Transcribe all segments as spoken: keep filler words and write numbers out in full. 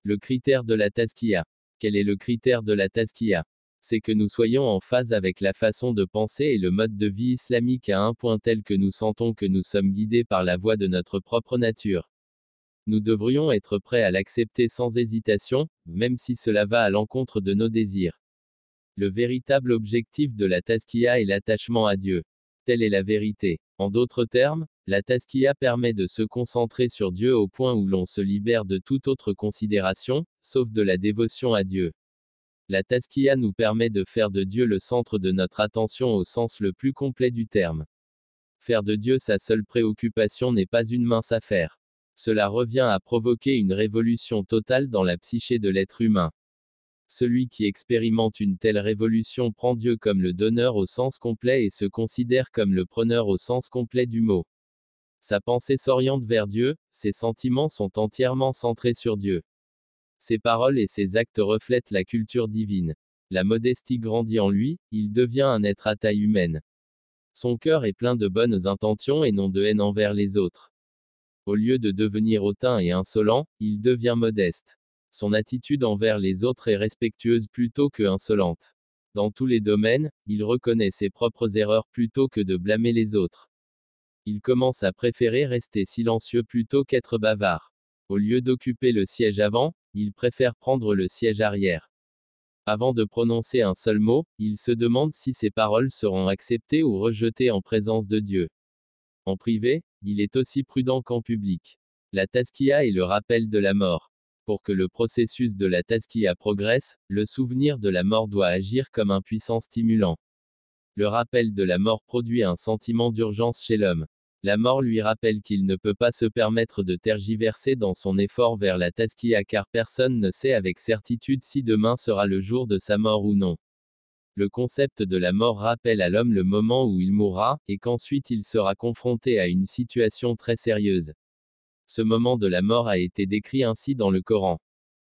Le critère de la tazkiya. Quel est le critère de la tazkiya? C'est que nous soyons en phase avec la façon de penser et le mode de vie islamique à un point tel que nous sentons que nous sommes guidés par la voie de notre propre nature. Nous devrions être prêts à l'accepter sans hésitation, même si cela va à l'encontre de nos désirs. Le véritable objectif de la tazkiya est l'attachement à Dieu. Telle est la vérité. En d'autres termes, la tazkiya permet de se concentrer sur Dieu au point où l'on se libère de toute autre considération, sauf de la dévotion à Dieu. La tazkiya nous permet de faire de Dieu le centre de notre attention au sens le plus complet du terme. Faire de Dieu sa seule préoccupation n'est pas une mince affaire. Cela revient à provoquer une révolution totale dans la psyché de l'être humain. Celui qui expérimente une telle révolution prend Dieu comme le donneur au sens complet et se considère comme le preneur au sens complet du mot. Sa pensée s'oriente vers Dieu, ses sentiments sont entièrement centrés sur Dieu. Ses paroles et ses actes reflètent la culture divine. La modestie grandit en lui, il devient un être à taille humaine. Son cœur est plein de bonnes intentions et non de haine envers les autres. Au lieu de devenir hautain et insolent, il devient modeste. Son attitude envers les autres est respectueuse plutôt que insolente. Dans tous les domaines, il reconnaît ses propres erreurs plutôt que de blâmer les autres. Il commence à préférer rester silencieux plutôt qu'être bavard. Au lieu d'occuper le siège avant, il préfère prendre le siège arrière. Avant de prononcer un seul mot, il se demande si ses paroles seront acceptées ou rejetées en présence de Dieu. En privé, il est aussi prudent qu'en public. La tazkiya est le rappel de la mort. Pour que le processus de la tazkiya progresse, le souvenir de la mort doit agir comme un puissant stimulant. Le rappel de la mort produit un sentiment d'urgence chez l'homme. La mort lui rappelle qu'il ne peut pas se permettre de tergiverser dans son effort vers la tazkiya car personne ne sait avec certitude si demain sera le jour de sa mort ou non. Le concept de la mort rappelle à l'homme le moment où il mourra, et qu'ensuite il sera confronté à une situation très sérieuse. Ce moment de la mort a été décrit ainsi dans le Coran.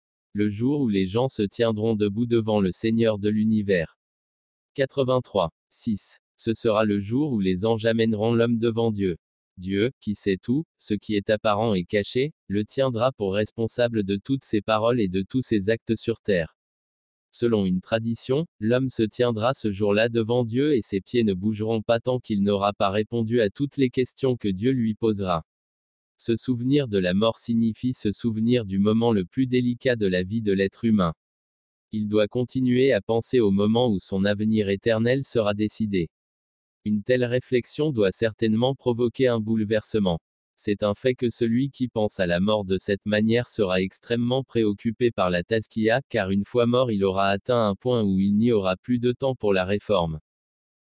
Le jour où les gens se tiendront debout devant le Seigneur de l'univers. quatre-vingt-trois. six. Ce sera le jour où les anges amèneront l'homme devant Dieu. Dieu, qui sait tout, ce qui est apparent et caché, le tiendra pour responsable de toutes ses paroles et de tous ses actes sur terre. Selon une tradition, l'homme se tiendra ce jour-là devant Dieu et ses pieds ne bougeront pas tant qu'il n'aura pas répondu à toutes les questions que Dieu lui posera. Se souvenir de la mort signifie se souvenir du moment le plus délicat de la vie de l'être humain. Il doit continuer à penser au moment où son avenir éternel sera décidé. Une telle réflexion doit certainement provoquer un bouleversement. C'est un fait que celui qui pense à la mort de cette manière sera extrêmement préoccupé par la tazkiya, car une fois mort il aura atteint un point où il n'y aura plus de temps pour la réforme.